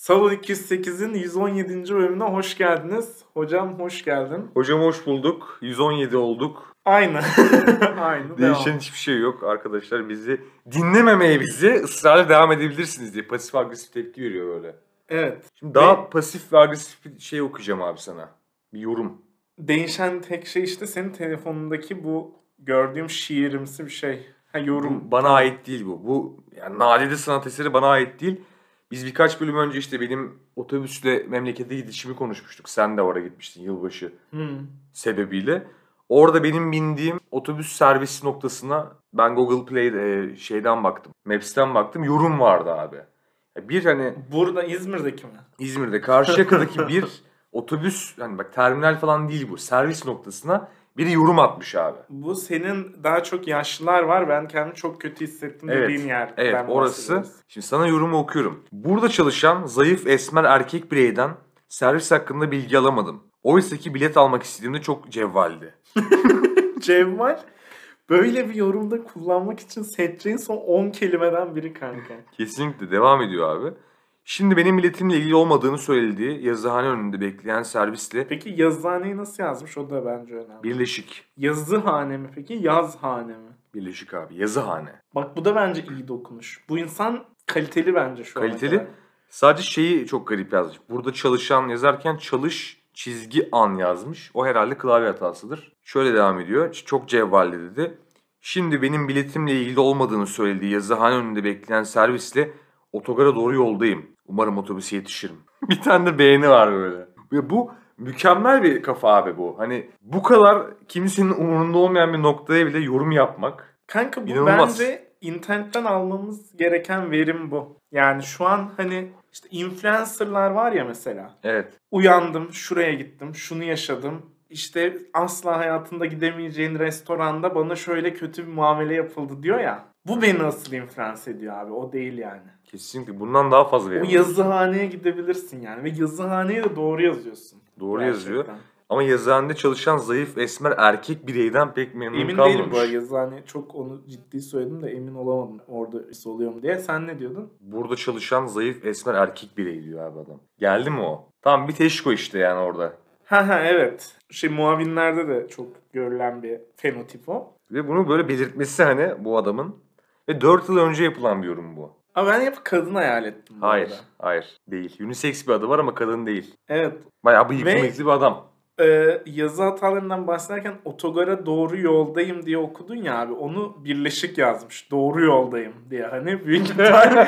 Salon 208'in 117. bölümüne hoş geldiniz. Hocam hoş geldin. Hocam hoş bulduk. 117 olduk. Aynı. Aynı Değişen devam. hiçbir şey yok arkadaşlar. Bizi dinlememeye ısrarla devam edebilirsiniz diye pasif agresif tepki veriyor böyle. Evet. Şimdi daha pasif ve agresif bir şey okuyacağım abi sana. Bir yorum. Değişen tek şey işte senin telefonundaki bu gördüğüm şiirimsi bir şey. Yorum. Bu bana ait değil bu. Bu yani nadide sanat eseri bana ait değil. Biz birkaç bölüm önce işte benim otobüsle memlekete gidişimi konuşmuştuk. Sen de oraya gitmiştin yılbaşı sebebiyle. Orada benim bindiğim otobüs servis noktasına ben Google Play'de şeyden baktım. Maps'ten baktım. Yorum vardı abi. Bir hani Burada İzmir'deki mi? İzmir'de Karşıyaka'daki bir otobüs hani bak terminal falan değil bu. Servis noktasına biri yorum atmış abi. Bu senin daha çok yaşlılar var. Ben kendimi çok kötü hissettim dediğin yer. Evet orası. Şimdi sana yorumu okuyorum. Burada çalışan zayıf esmer erkek bireyden servis hakkında bilgi alamadım. Oysa ki bilet almak istediğimde çok cevvaldi. Cevval böyle bir yorumda kullanmak için seçeceğin son 10 kelimeden biri kanka. Kesinlikle devam ediyor abi. Şimdi benim biletimle ilgili olmadığını söylediği yazıhane önünde bekleyen servisle... Peki yazıhaneyi nasıl yazmış? O da bence önemli. Birleşik. Yazıhane mi peki? Yazhane mi? Birleşik abi. Yazıhane. Bak bu da bence iyi dokunuş. Bu insan kaliteli bence şu an. Kaliteli. Sadece şeyi çok garip yazmış. Burada çalışan yazarken çalış çizgi an yazmış. O herhalde klavye hatasıdır. Şöyle devam ediyor. Çok cevvalli dedi. Şimdi benim biletimle ilgili olmadığını söylediği yazıhane önünde bekleyen servisle otogara doğru yoldayım. Umarım otobüse yetişirim. Bir tane de beğeni var böyle. Ve bu mükemmel bir kafa abi bu. Hani bu kadar kimsenin umurunda olmayan bir noktaya bile yorum yapmak. Kanka bu İnanılmaz. bence internetten almamız gereken verim bu. Yani şu an hani işte influencerlar var ya mesela. Evet. Uyandım, şuraya gittim, şunu yaşadım. İşte asla hayatında gidemeyeceğin restoranda bana şöyle kötü bir muamele yapıldı diyor ya. Bu beni asıl influence ediyor abi. O değil yani. Kesinlikle. Bundan daha fazla O verim. yazıhaneye gidebilirsin yani. Ve yazıhaneye de doğru yazıyorsun. Doğru Gerçekten. yazıyor. Ama yazıhanede çalışan zayıf esmer erkek bireyden pek memnun emin kalmamış. Emin değilim bu arada yazıhane. Çok onu ciddi söyledim de emin olamadım orada oluyor mu diye. Sen ne diyordun? Burada çalışan zayıf esmer erkek birey diyor abi adam. Geldi mi o? Tam bir teşko işte yani orada. Ha evet. Muavinlerde de çok görülen bir fenotip o. Ve bunu böyle belirtmesi hani bu adamın. Ve 4 yıl önce yapılan bir yorum bu. Ama ben hep kadın hayal ettim. Hayır değil. Unisex bir adı var ama kadın değil. Evet. Bayağı bıyıklı bir adam. Yazı hatalarından bahsederken otogara doğru yoldayım diye okudun ya abi. Onu birleşik yazmış. Doğru yoldayım diye. Hani büyük ihtimal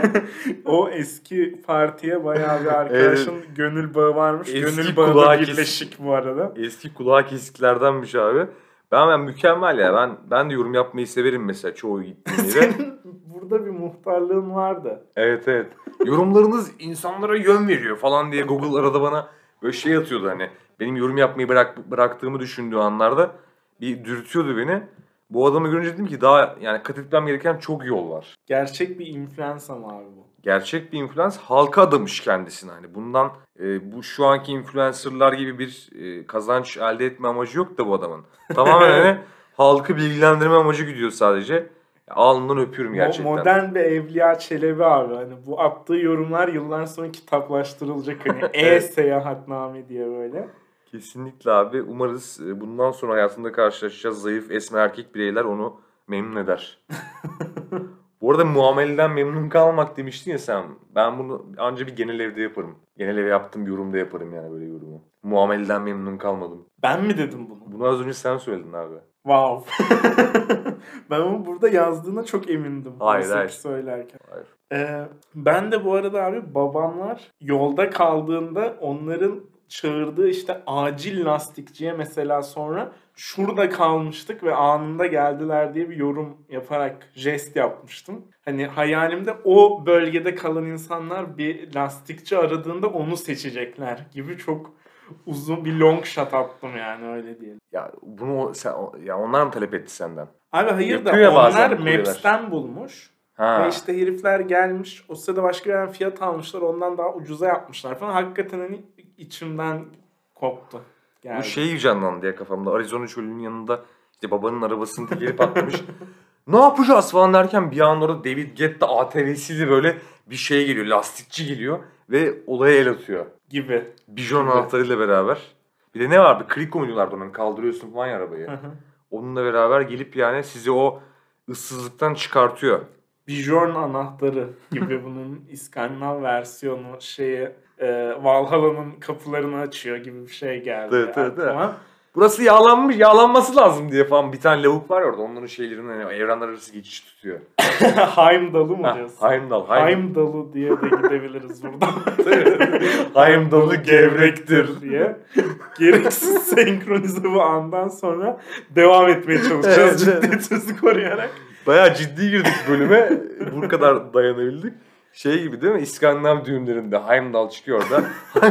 o eski partiye bayağı bir arkadaşın gönül bağı varmış. Eski gönül bağı da birleşik bu arada. Eski kulağı kesiklerdenmiş abi. Ben mükemmel ya. Ben de yorum yapmayı severim mesela çoğu gittiğim yere. Senin burada bir muhtarlığın vardı. Evet. Yorumlarınız insanlara yön veriyor falan diye Google arada bana böyle şey atıyordu hani. Benim yorum yapmayı bıraktığımı düşündüğü anlarda bir dürtüyordu beni. Bu adamı görünce dedim ki daha yani kat etmem gereken çok yol var. Gerçek bir influencer mı abi bu? Gerçek bir influencer halka adamış kendisine. Hani bundan bu şu anki influencerlar gibi bir kazanç elde etme amacı yok da bu adamın. Tamamen hani halkı bilgilendirme amacı gidiyor sadece. Alnından öpüyorum gerçekten. Modern bir Evliya Çelebi abi. Hani bu attığı yorumlar yıllar sonra kitaplaştırılacak. Hani seyahatname diye böyle. Kesinlikle abi. Umarız bundan sonra hayatında karşılaşacağız zayıf esmer erkek bireyler onu memnun eder. Bu arada muameleden memnun kalmak demiştin ya sen. Ben bunu ancak bir genel evde yaparım. Genel eve yaptığım bir yorumda yaparım yani böyle yorumu. Muameleden memnun kalmadım. Ben mi dedim bunu? Bunu az önce sen söyledin abi. Wow. Ben onu burada yazdığına çok emindim. Hayır. Söylerken. Hayır. Ben de bu arada abi babamlar yolda kaldığında onların çağırdığı işte acil lastikçiye mesela sonra şurada kalmıştık ve anında geldiler diye bir yorum yaparak jest yapmıştım. Hani hayalimde o bölgede kalan insanlar bir lastikçi aradığında onu seçecekler gibi çok uzun bir long shot attım yani öyle diyelim. Ya bunu ya onlar mı talep etti senden? Abi hayır Yapıyor da bazen onlar kuryeler. Maps'ten bulmuş. Ha. Ve işte herifler gelmiş. O sırada başka bir yerden fiyat almışlar. Ondan daha ucuza yapmışlar falan. Hakikaten hani içimden koptu. Geldi. Bu şey canlandı ya kafamda. Arizona çölünün yanında işte babanın arabasını tekeri patlamış. Ne yapacağız falan derken bir an orada David Guetta ATV'siyle böyle bir şey geliyor. Lastikçi geliyor. ve olaya el atıyor. Gibi. Bijon anahtarıyla beraber. Bir de ne var? Bir krik oynuyorlardı onun. Kaldırıyorsun falan ya arabayı. Onunla beraber gelip yani sizi o ıssızlıktan çıkartıyor. Bijon anahtarı gibi bunun İskandinav versiyonu Valhalla'nın kapılarını açıyor gibi bir şey geldi. Evet. Burası yağlanmış, yağlanması lazım diye falan bir tane lavuk var orada. Onların şeylerini yani evrenler arası geçiş tutuyor. Heimdall'u mu diyorsun? Heimdall diye de gidebiliriz buradan. Heimdall'u gevrektir diye. Gereksiz senkronize bu andan sonra devam etmeye çalışacağız ciddiyetimizi koruyarak. Bayağı ciddi girdik bölüme. Bu kadar dayanabildik. Şey gibi değil mi? İskandinav düğünlerinde Heimdall çıkıyor da.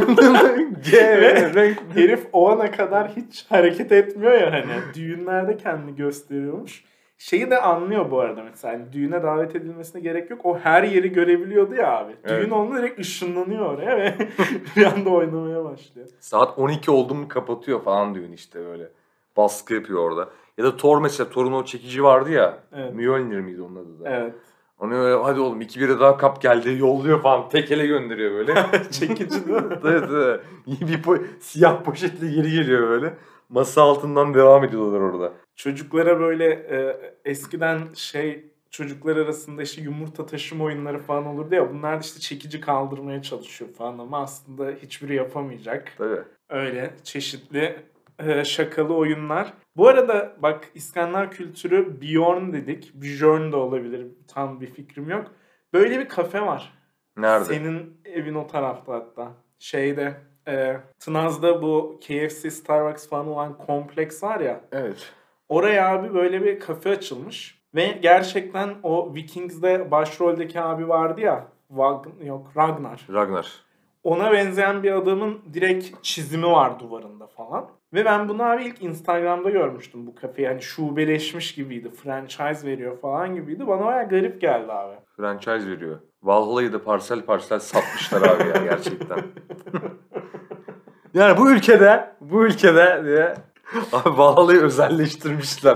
Herif o ana kadar hiç hareket etmiyor ya hani. Düğünlerde kendini gösteriyormuş. Şeyi de anlıyor bu arada mesela. Yani düğüne davet edilmesine gerek yok. O her yeri görebiliyordu ya abi. Evet. Düğün olunca direkt ışınlanıyor oraya ve bir anda oynamaya başlıyor. Saat 12 oldu mu kapatıyor falan düğün işte böyle. Baskı yapıyor orada. Ya da Thor mesela. Thor'un o çekici vardı ya. Evet. Mjolnir miydi onun adı da? Evet. Onu hadi oğlum 2-1'e daha kap geldi yolluyor falan. Tekele gönderiyor böyle. Çekici değil mi? Evet. Siyah poşetle geri geliyor böyle. Masa altından devam ediyorlar orada. Çocuklara böyle eskiden çocuklar arasında işte yumurta taşıma oyunları falan olurdu ya. Bunlar da işte çekici kaldırmaya çalışıyor falan ama aslında hiçbiri yapamayacak. Tabii. Öyle çeşitli şakalı oyunlar. Bu arada bak İskandinav kültürü Bjorn dedik. Bjorn da olabilir. Tam bir fikrim yok. Böyle bir kafe var. Nerede? Senin evin o tarafta hatta. Tınaz'da bu KFC, Starbucks falan olan kompleks var ya. Evet. Oraya abi böyle bir kafe açılmış. Ve gerçekten o Vikings'de başroldeki abi vardı ya. Ragnar. Ona benzeyen bir adamın direkt çizimi var duvarında falan. Ve ben bunu abi ilk Instagram'da görmüştüm bu kafeyi. Yani şubeleşmiş gibiydi. Franchise veriyor falan gibiydi. Bana bayağı garip geldi abi. Franchise veriyor. Valhalla'yı da parsel satmışlar abi ya gerçekten. Yani bu ülkede diye abi Valhalla'yı özelleştirmişler.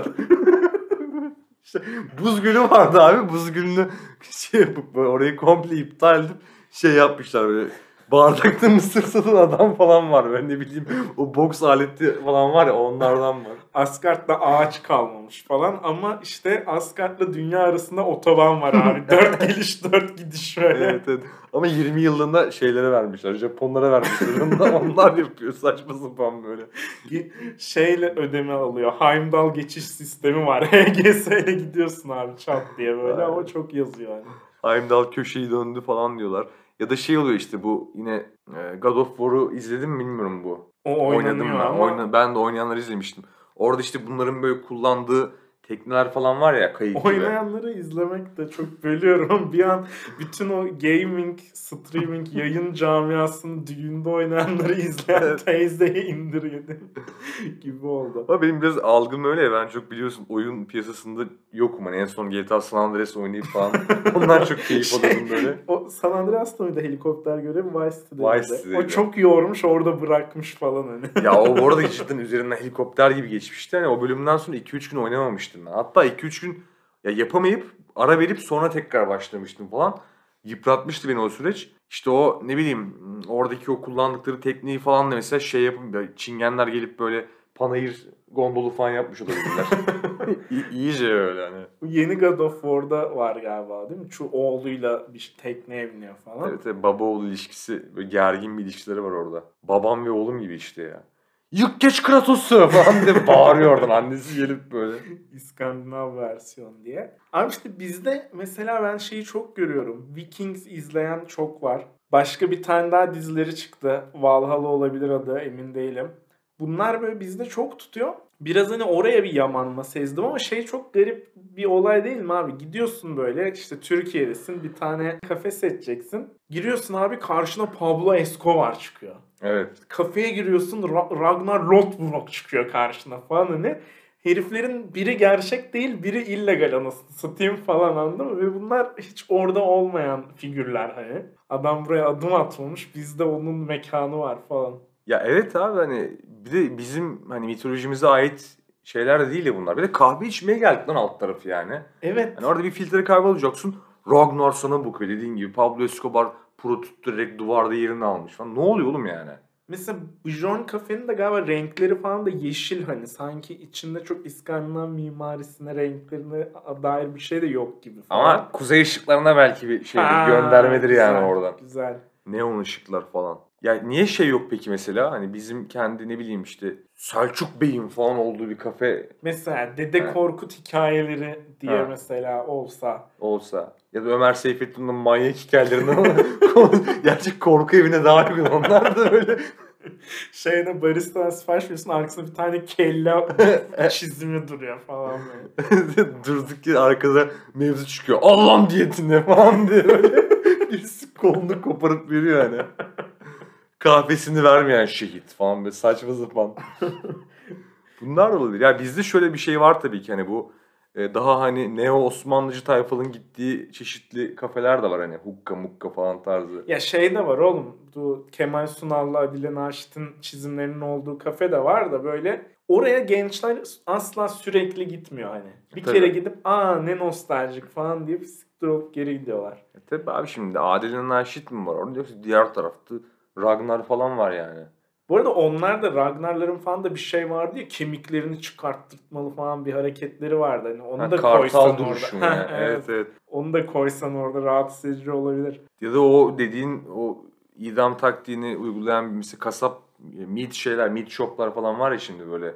İşte buz gölü vardı abi. Buz gölünü orayı komple iptal edip yapmışlar böyle. Bardakta mısır satan adam falan var. Ben ne bileyim o boks aleti falan var ya onlardan var. Asgard'da ağaç kalmamış falan ama işte Asgard'la dünya arasında otoban var abi. 4 geliş 4 gidiş böyle. Evet. Ama 20 yıllığında şeylere vermişler. Japonlara vermişler. Onlar yapıyor saçma sapan böyle. Ödeme alıyor. Heimdall geçiş sistemi var. HGS'ye gidiyorsun abi çat diye böyle ama çok yazıyor yani. Heimdall köşeyi döndü falan diyorlar. Ya da oluyor işte bu yine God of War'u izledim mi bilmiyorum bu. O oynadım ama. Ben de oynayanları izlemiştim. Orada işte bunların böyle kullandığı tekneler falan var ya kayık gibi. Oynayanları izlemek de çok bölüyorum. Bir an bütün o gaming, streaming, yayın camiasını düğünde oynayanları izleyen teyzeye indiriyordu gibi oldu. Ama benim biraz algım öyle ya. Ben çok biliyorsun oyun piyasasında yokum. Hani en son GTA San Andreas oynayıp falan. Ondan çok keyif alıyordum böyle. O San Andreas'ta mıydı helikopter görevi? Vice City'de. O çok yormuş orada bırakmış falan hani. Ya o bu arada cidden üzerinden helikopter gibi geçmişti. Hani o bölümden sonra 2-3 gün oynamamıştım ben. Hatta 2-3 gün yapamayıp ara verip sonra tekrar başlamıştım falan. Yıpratmıştı beni o süreç. İşte o ne bileyim oradaki o kullandıkları tekniği falan da mesela yapıp çingenler gelip böyle panayır gondolu falan yapmış olabilirler. İyice öyle hani. Yeni God of War'da var galiba değil mi? Şu oğluyla bir tekneye biniyor falan. Evet baba oğul ilişkisi böyle gergin bir ilişkileri var orada. Babam ve oğlum gibi işte ya. Yık geç Kratos'u falan diye bağırıyor oradan annesi gelip böyle. İskandinav versiyon diye. Abi işte bizde mesela ben şeyi çok görüyorum. Vikings izleyen çok var. Başka bir tane daha dizileri çıktı. Valhalla olabilir adı emin değilim. Bunlar böyle bizde çok tutuyor. Biraz hani oraya bir yamanma sezdim ama çok garip bir olay değil mi abi? Gidiyorsun böyle işte Türkiye'desin bir tane kafe seçeceksin. Giriyorsun abi karşına Pablo Escobar çıkıyor. Evet. Kafeye giriyorsun Ragnar Lothbrok çıkıyor karşına falan hani. Heriflerin biri gerçek değil biri illegal anasını satayım falan anladın mı? Ve bunlar hiç orada olmayan figürler hani. Adam buraya adım atmamış bizde onun mekanı var falan. Ya evet abi hani bir de bizim hani mitolojimize ait şeyler de değil ya bunlar. Bir de kahve içmeye geldik lan alt tarafı yani. Evet. Hani orada bir filtre kahve alacaksın. Ragnar sana bakıyor dediğin gibi Pablo Escobar Pro tuttu direkt duvarda yerini almış falan. Ne oluyor oğlum yani? Mesela Bjorn Cafe'nin de galiba renkleri falan da yeşil, hani sanki içinde çok İskandinav mimarisine, renklerine dair bir şey de yok gibi falan. Ama kuzey ışıklarına belki bir şeydir, Ha, göndermedir güzel, yani oradan. Güzel. Neon ışıklar falan. Ya niye şey yok peki mesela? Hani bizim kendi ne bileyim işte Selçuk Bey'in falan olduğu bir kafe Mesela Dede He. Korkut hikayeleri diye Ha. mesela olsa. olsa ya da Ömer Seyfettin'in manyak hikayelerinden gerçek korku evine daha uygun. Onlar da böyle Şeyde baristadan sipariş veriyorsun, arkasında bir tane kelle çizimi duruyor falan böyle. durduk ki arkada mevzu çıkıyor. Allah'ım diyetine falan diye böyle birisi kolunu koparıp veriyor hani. Kahvesini vermeyen şehit falan böyle saçma sapan. Bunlar da olabilir. Ya bizde şöyle bir şey var tabii ki hani bu daha hani Neo Osmanlıcı tayfanın gittiği çeşitli kafeler de var hani hukka mukka falan tarzı. Ya şey de var oğlum. Bu Kemal Sunal'la Adile Naşit'in çizimlerinin olduğu kafe de var da böyle. Oraya gençler asla sürekli gitmiyor hani. Bir Tabii. kere gidip ne nostaljik falan deyip siktir olup geri gidiyorlar. Tabii abi şimdi Adile Naşit mi var orada yoksa diğer tarafta Ragnar falan var yani. Bu arada onlar da Ragnar'ların falan da bir şey vardı ya, kemiklerini çıkarttırmalı falan bir hareketleri vardı. Hani onu da kartal koysan duruşu mu orada. ya? Evet. Onu da koysan orada rahatsız edici olabilir. Ya da o dediğin o idam taktiğini uygulayan bir mesela kasap meat shop'lar falan var ya şimdi böyle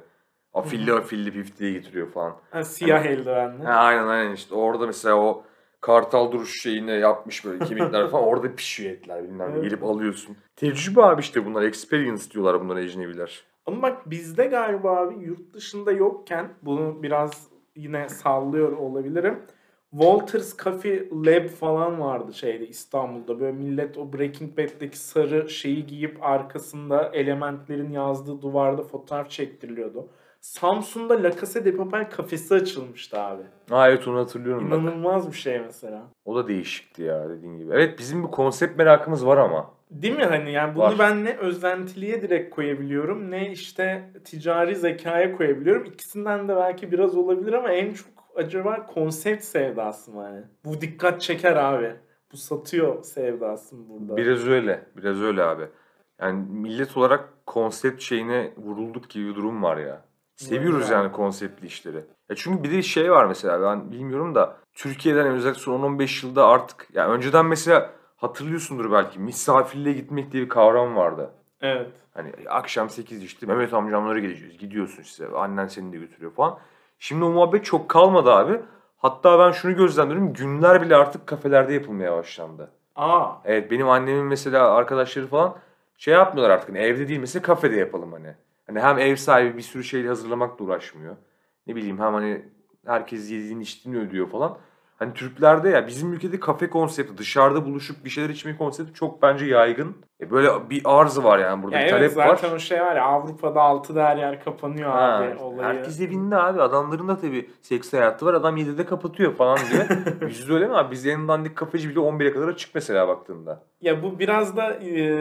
afilli piftiye getiriyor falan. Siyah eldivenli. Aynen işte orada mesela o kartal duruş şeyini yapmış böyle kemikler falan orada pişiyor etler bilmem ne Evet. gelip alıyorsun. Tecrübe abi işte bunlar experience diyorlar bunlar ecnebiler. Ama bak bizde galiba abi yurt dışında yokken, bunu biraz yine sallıyor olabilirim. Walters Coffee Lab falan vardı şeyde, İstanbul'da. Böyle millet o Breaking Bad'deki sarı şeyi giyip arkasında elementlerin yazdığı duvarda fotoğraf çektiriliyordu. Samsun'da La Casa de Papel kafesi açılmıştı abi. Evet onu hatırlıyorum bak. İnanılmaz bir şey mesela. O da değişikti ya dediğin gibi. Evet bizim bir konsept merakımız var ama. Değil mi hani, yani bunu Var. ben ne özentiliğe direkt koyabiliyorum ne işte ticari zekaya koyabiliyorum. İkisinden de belki biraz olabilir ama en çok acaba konsept sevdası mı hani? Bu dikkat çeker abi. Bu satıyor sevdası mı burada? Biraz öyle abi. Yani millet olarak konsept şeyine vurulduk gibi bir durum var ya. Seviyoruz Var. yani konseptli işleri. Ya çünkü bir de şey var mesela ben bilmiyorum da Türkiye'den özellikle son 15 yılda artık yani önceden mesela hatırlıyorsundur belki misafirliğe gitmek diye bir kavram vardı. Evet. Hani akşam 8 işte Mehmet amcamlara gideceğiz. Gidiyorsun işte annen seni de götürüyor falan. Şimdi o muhabbet çok kalmadı abi. Hatta ben şunu gözlemliyorum günler bile artık kafelerde yapılmaya başlandı. Evet benim annemin mesela arkadaşları falan şey yapmıyorlar artık. Hani evde değil mesela kafede yapalım hani. Hani hem ev sahibi bir sürü şeyle hazırlamakla uğraşmıyor. Ne bileyim hem hani herkes yediğini içtiğini ödüyor falan. Hani Türklerde ya bizim ülkede kafe konsepti dışarıda buluşup bir şeyler içme konsepti çok bence yaygın. Böyle bir arz var yani burada Ya bir evet, talep zaten var. o şey var ya, Avrupa'da 6'da her yer kapanıyor abi İşte olayı. herkes evinde abi. Adamların da tabii seks hayatı var. Adam 7'de kapatıyor falan diye. Bizde öyle mi abi? Bizde en dandik kafeci bile 11'e kadar açık mesela baktığında. Ya bu biraz da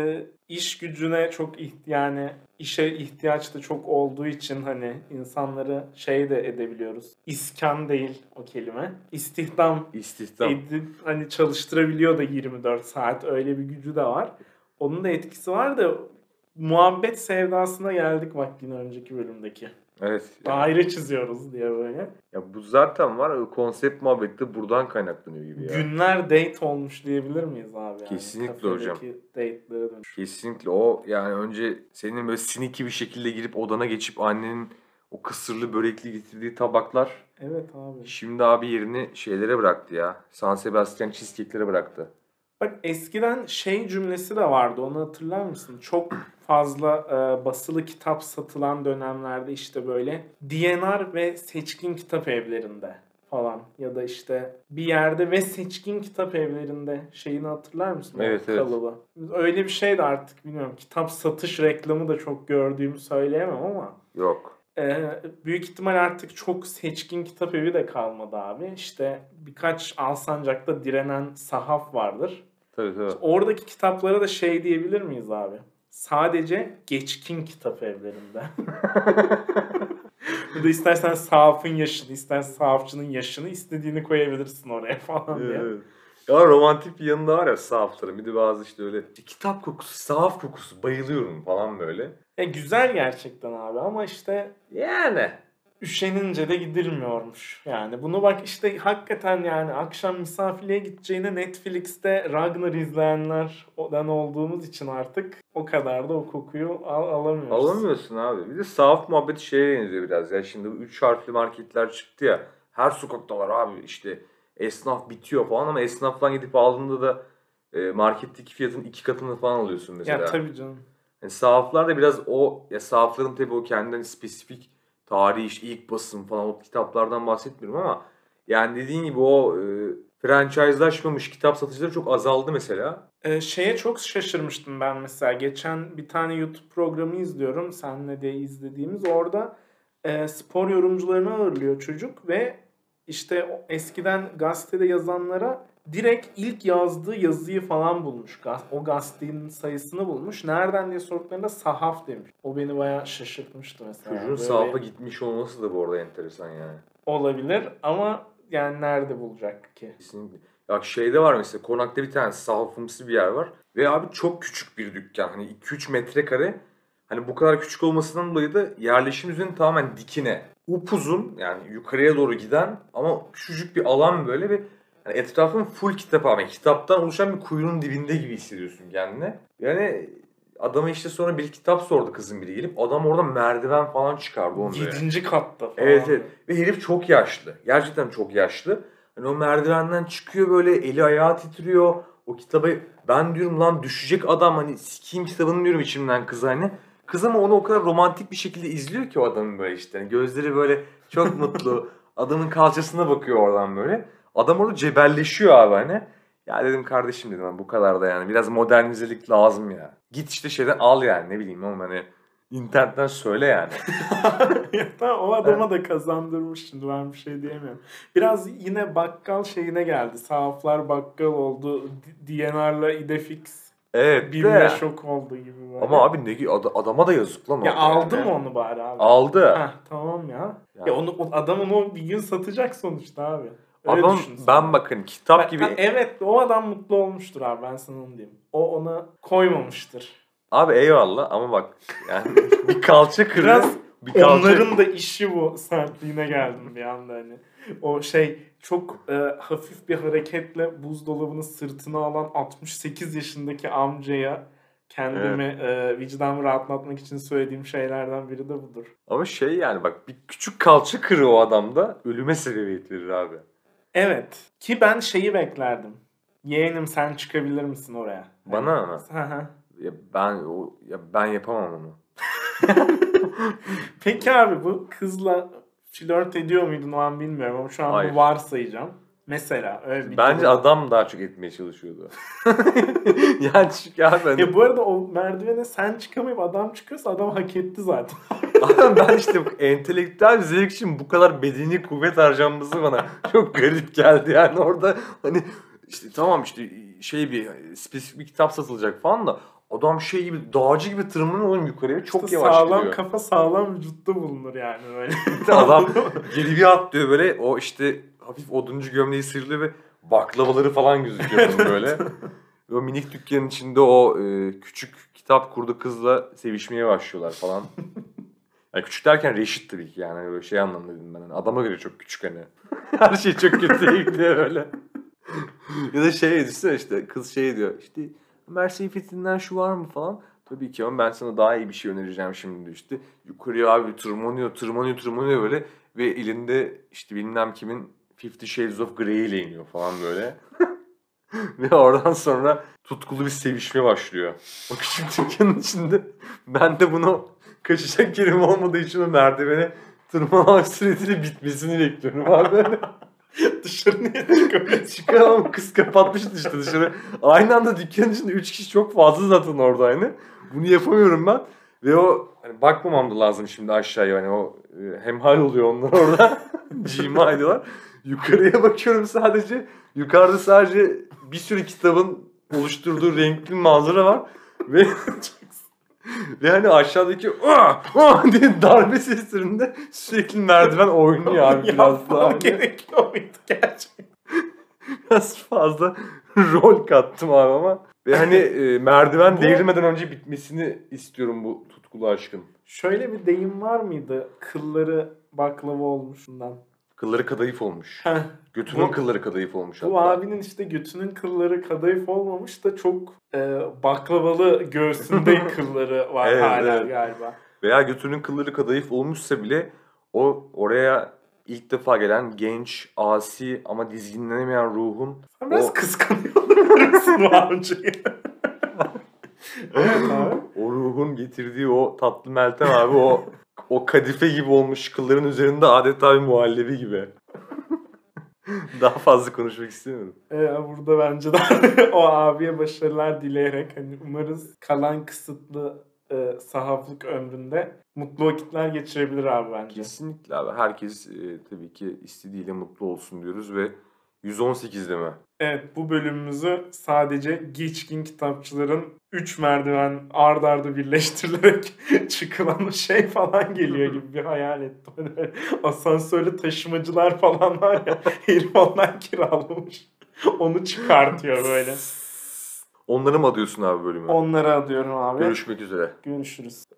iş gücüne çok yani işe ihtiyaç da çok olduğu için hani insanları şey de edebiliyoruz. İskan değil o kelime. İstihdam İstihdam. edip hani çalıştırabiliyor da 24 saat, öyle bir gücü de var. Onun da etkisi var da muhabbet sevdasına geldik bak yine önceki bölümdeki. Evet. Daire çiziyoruz diye böyle. Ya bu zaten var. Konsept muhabbeti de buradan kaynaklanıyor gibi ya. Günler date olmuş diyebilir miyiz abi yani? Kesinlikle hocam. Kafedeki date'lere dönüş. Kesinlikle o yani önce senin böyle siniki bir şekilde girip odana geçip annenin o kısırlı börekli getirdiği tabaklar Evet abi. şimdi abi yerini şeylere bıraktı ya. San Sebastian cheesecake'lere bıraktı. Bak eskiden şey cümlesi de vardı, onu hatırlar mısın? Çok fazla basılı kitap satılan dönemlerde işte böyle DNR ve seçkin kitap evlerinde falan ya da işte bir yerde ve seçkin kitap evlerinde şeyini hatırlar mısın? Evet, O kalıbı. Öyle bir şey de artık bilmiyorum, kitap satış reklamı da çok gördüğümü söyleyemem ama Yok. büyük ihtimal artık çok seçkin kitap evi de kalmadı abi. İşte birkaç Alsancak'ta direnen sahaf vardır. Tabii. İşte oradaki kitaplara da şey diyebilir miyiz abi? Sadece geçkin kitap evlerinde. Ya da istersen sahafın yaşını, istersen sahafçının yaşını, istediğini koyabilirsin oraya falan diye. Evet. Ya romantik bir yanında var ya sahafların. Bir de bazı işte öyle kitap kokusu, sahaf kokusu bayılıyorum falan böyle. Güzel gerçekten abi ama işte Yani. üşenince de gidilmiyormuş. Yani bunu bak işte hakikaten yani akşam misafirliğe gideceğine Netflix'te Ragnar izleyenlerden olduğumuz için artık o kadar da o kokuyu alamıyoruz. Alamıyorsun abi. Bir de sahaf muhabbeti şeye benziyor biraz. Ya şimdi bu 3 harfli marketler çıktı ya. Her sokakta var abi işte esnaf bitiyor falan ama esnaftan gidip aldığında da marketteki fiyatın 2 katını falan alıyorsun mesela. Ya tabii canım. Yani sahaflar da biraz o ya sahafların tabii o kendinden spesifik tarihi işte ilk basım falan o kitaplardan bahsetmiyorum ama yani dediğin gibi o franchise'laşmamış kitap satışları çok azaldı mesela. Şeye çok şaşırmıştım ben mesela. Geçen bir tane YouTube programı izliyorum. Senle de izlediğimiz. Orada spor yorumcularını ağırlıyor çocuk ve işte eskiden gazetede yazanlara direkt ilk yazdığı yazıyı falan bulmuş. O gazetenin sayısını bulmuş. Nereden diye sorduklarında sahaf demiş. O beni bayağı şaşırtmıştı mesela. Çocuğun Böyle sahafa gitmiş olması da bu arada enteresan yani. olabilir ama yani nerede bulacak ki? Kesinlikle. Ya şeyde var mesela Konak'ta bir tane sahafımsı bir yer var. Ve abi çok küçük bir dükkan. Hani 2-3 metrekare. Hani bu kadar küçük olmasından dolayı da yerleşim üzerine tamamen dikine. Upuzun yani yukarıya doğru giden ama küçücük bir alan böyle ve yani etrafın full kitap abi. Yani kitaptan oluşan bir kuyunun dibinde gibi hissediyorsun kendine. Yani adama işte sonra bir kitap sordu kızın biri gelip. Adam orada merdiven falan çıkardı onu böyle. 7. katta falan. Evet evet. Ve herif çok yaşlı. Gerçekten çok yaşlı. Hani o merdivenden çıkıyor böyle eli ayağı titriyor. O kitabı ben diyorum lan düşecek adam hani sikeyim kitabını diyorum içimden kız hani. Kız ama onu o kadar romantik bir şekilde izliyor ki o adamın böyle işte. Hani gözleri böyle çok mutlu. Adamın kalçasına bakıyor oradan böyle. Adam orada cebelleşiyor abi hani. Ya dedim kardeşim dedim bu kadar da yani biraz modernizelik lazım ya. Git işte şeyden al yani ne bileyim oğlum hani internetten söyle yani. Ya tamam, o adama da kazandırmış şimdi ben bir şey diyemiyorum. Biraz yine bakkal şeyine geldi. Sahaflar bakkal oldu. DNR'la Idefix Evet birbirine de. şok oldu gibi böyle. Ama abi adama da yazık lan ya orada aldı yani. mı onu bari abi? Aldı. Heh, tamam ya. Yani. Ya onu adam onu bir gün satacak sonuçta abi. Öyle Ama düşün sen. ben bakın kitap gibi... Evet o adam mutlu olmuştur abi ben sana onu diyeyim. O ona koymamıştır. Abi eyvallah ama bak yani bir kalça kırdı. Biraz bir kalça... onların da işi bu sertliğine geldim bir anda hani. O şey çok hafif bir hareketle buzdolabını sırtına alan 68 yaşındaki amcaya kendimi vicdanımı rahatlatmak için söylediğim şeylerden biri de budur. Ama şey yani bak bir küçük kalça kırığı o adamda ölüme sebebiyet verir abi. Evet. Ki ben şeyi beklerdim. Yeğenim sen çıkabilir misin oraya? Bana mı? Hı. Ben yapamam onu. Peki abi bu kızla flört ediyor muydun o an bilmiyorum ama şu an Hayır. bunu varsayacağım. Mesela öyle bir Bence durum. adam daha çok etmeye çalışıyordu. yani çünkü abi hani... Bu arada o merdivene sen çıkamayıp adam çıkıyorsa adam hak etti zaten. Ben işte entelektüel bir zevk için bu kadar bedeni kuvvet harcanması bana çok garip geldi. Yani orada hani işte tamam işte şey bir spesifik bir kitap satılacak falan da adam şey gibi dağcı gibi tırmanıyor oğlum yukarıya ve çok İşte yavaş sağlam gidiyor. kafa sağlam vücutta bulunur yani böyle. Adam geri bir atlıyor böyle o işte hafif oduncu gömleği sıyrılıyor ve baklavaları falan gözüküyor böyle. O minik dükkanın içinde o küçük kitap kurdu kızla sevişmeye başlıyorlar falan. Yani küçük derken reşit tabii ki yani böyle şey anlamında dedim ben. Hani adama göre çok küçük hani. Her şey çok kötüye gidiyor böyle. ya da şey düşünsene işte kız şey diyor işte Mersin Fethi'nden şu var mı falan. Tabii ki ama ben sana daha iyi bir şey önereceğim şimdi diyor işte. Yukarıya abi tırmanıyor böyle. Ve elinde işte bilmem kimin 50 Shades of Grey ile iniyor falan böyle. Ve oradan sonra tutkulu bir sevişme başlıyor. O küçük dükkanın içinde. Ben de bunu kaçacak yerim olmadığı için o merdivene tırmanamak suretiyle bitmesini bekliyorum abi. Dışarı niye çıkamıyor? Çıkamam kız kapatmıştı işte dışarı. Aynı anda dükkanın içinde 3 kişi çok fazla zaten orada aynı. Bunu yapamıyorum ben. Ve o hani bakmamam da lazım şimdi aşağıya hani o hemhal oluyor onlar orada. Cima ediyorlar. Yukarıya bakıyorum sadece. Yukarıda sadece bir sürü kitabın oluşturduğu renkli manzara var. Ve ve hani aşağıdaki diye darbe seslerinde sürekli merdiven oynuyor abi biraz daha. Yapmam gerekiyor muydu gerçekten? Biraz fazla rol kattım abi ama. Ve hani merdiven Bu- devrilmeden önce bitmesini istiyorum bu tutkulu aşkın. Şöyle bir deyim var mıydı? Kılları baklava olmuşundan. Kılları kadayıf olmuş. Heh, Götünün Bu- kılları kadayıf olmuş Bu hatta. abinin işte götünün kılları kadayıf olmamış da çok baklavalı göğsünde kılları var Evet, hala evet. galiba. Veya götünün kılları kadayıf olmuşsa bile oraya ilk defa gelen genç, asi ama dizginlenemeyen ruhun Sen biraz o, kıskanıyor olabilirsin bu amcayı. Evet abi. o ruhun getirdiği o tatlı Meltem abi o kadife gibi olmuş kılların üzerinde adeta bir muhallebi gibi. Daha fazla konuşmak istemiyorum. Burada bence de o abiye başarılar dileyerek hani umarız kalan kısıtlı sahaflık ömründe mutlu vakitler geçirebilir abi bence. Kesinlikle abi. Herkes tabii ki istediğiyle mutlu olsun diyoruz ve 118'de mi? Evet, bu bölümümüzü sadece geçkin kitapçıların 3 merdiven ard arda birleştirilerek çıkılan şey falan geliyor gibi bir hayal ettim. Hani böyle asansörlü taşımacılar falan var ya, herif ondan kiralamış. Onu çıkartıyor böyle. Onları mı adıyorsun abi bölümü? Onlara adıyorum abi. Görüşmek üzere. Görüşürüz.